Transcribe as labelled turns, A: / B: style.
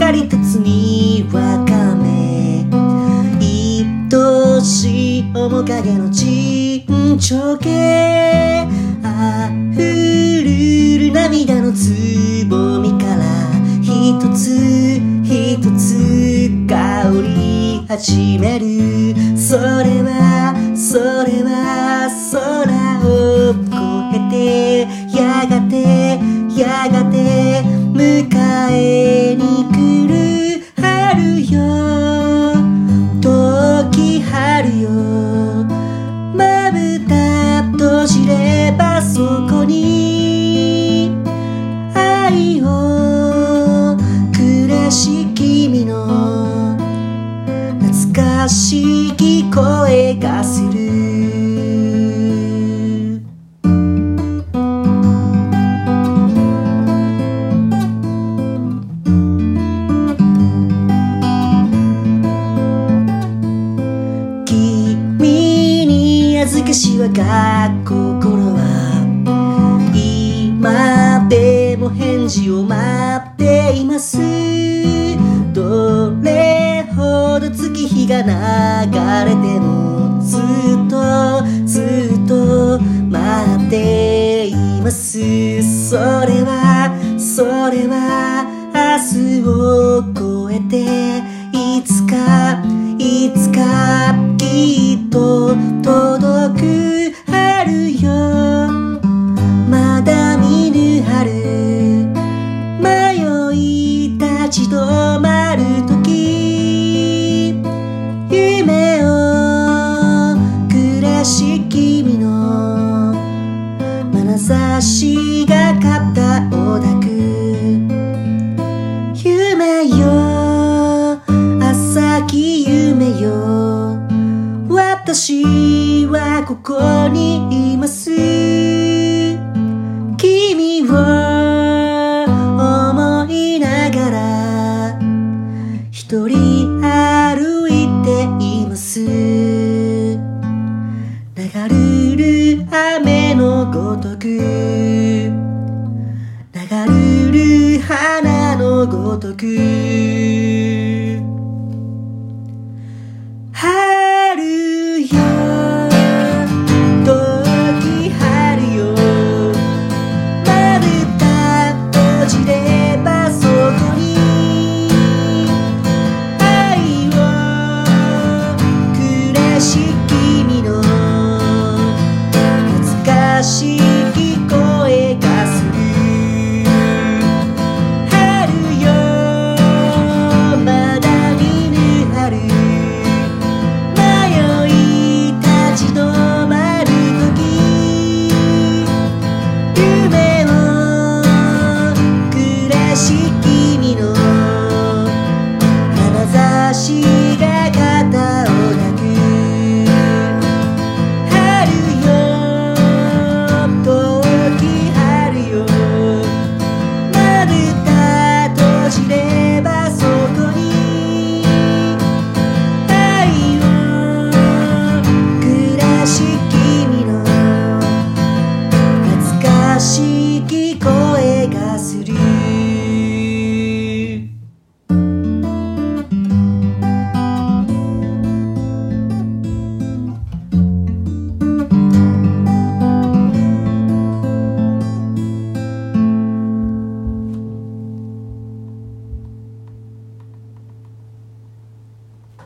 A: 光立つにわかめ愛しい面影の沈丁花あふるる涙のつぼみから一つ一つ香り始めるそれは空を越えてやがて迎えに来る春よ時春よまぶた閉じればそこに愛をくれし君の懐かしき声がする預けし我が心は今でも返事を待っていますどれほど月日が流れてもずっと待っていますそれは明日を越えていつかきっと届く春よまだ見ぬ春迷い立ち止まる時夢をくれし君の眼差しが肩を抱く夢よ浅き夢よ私はここにいます君を思いながら一人歩いています流るる雨のごとく流るる花のごとく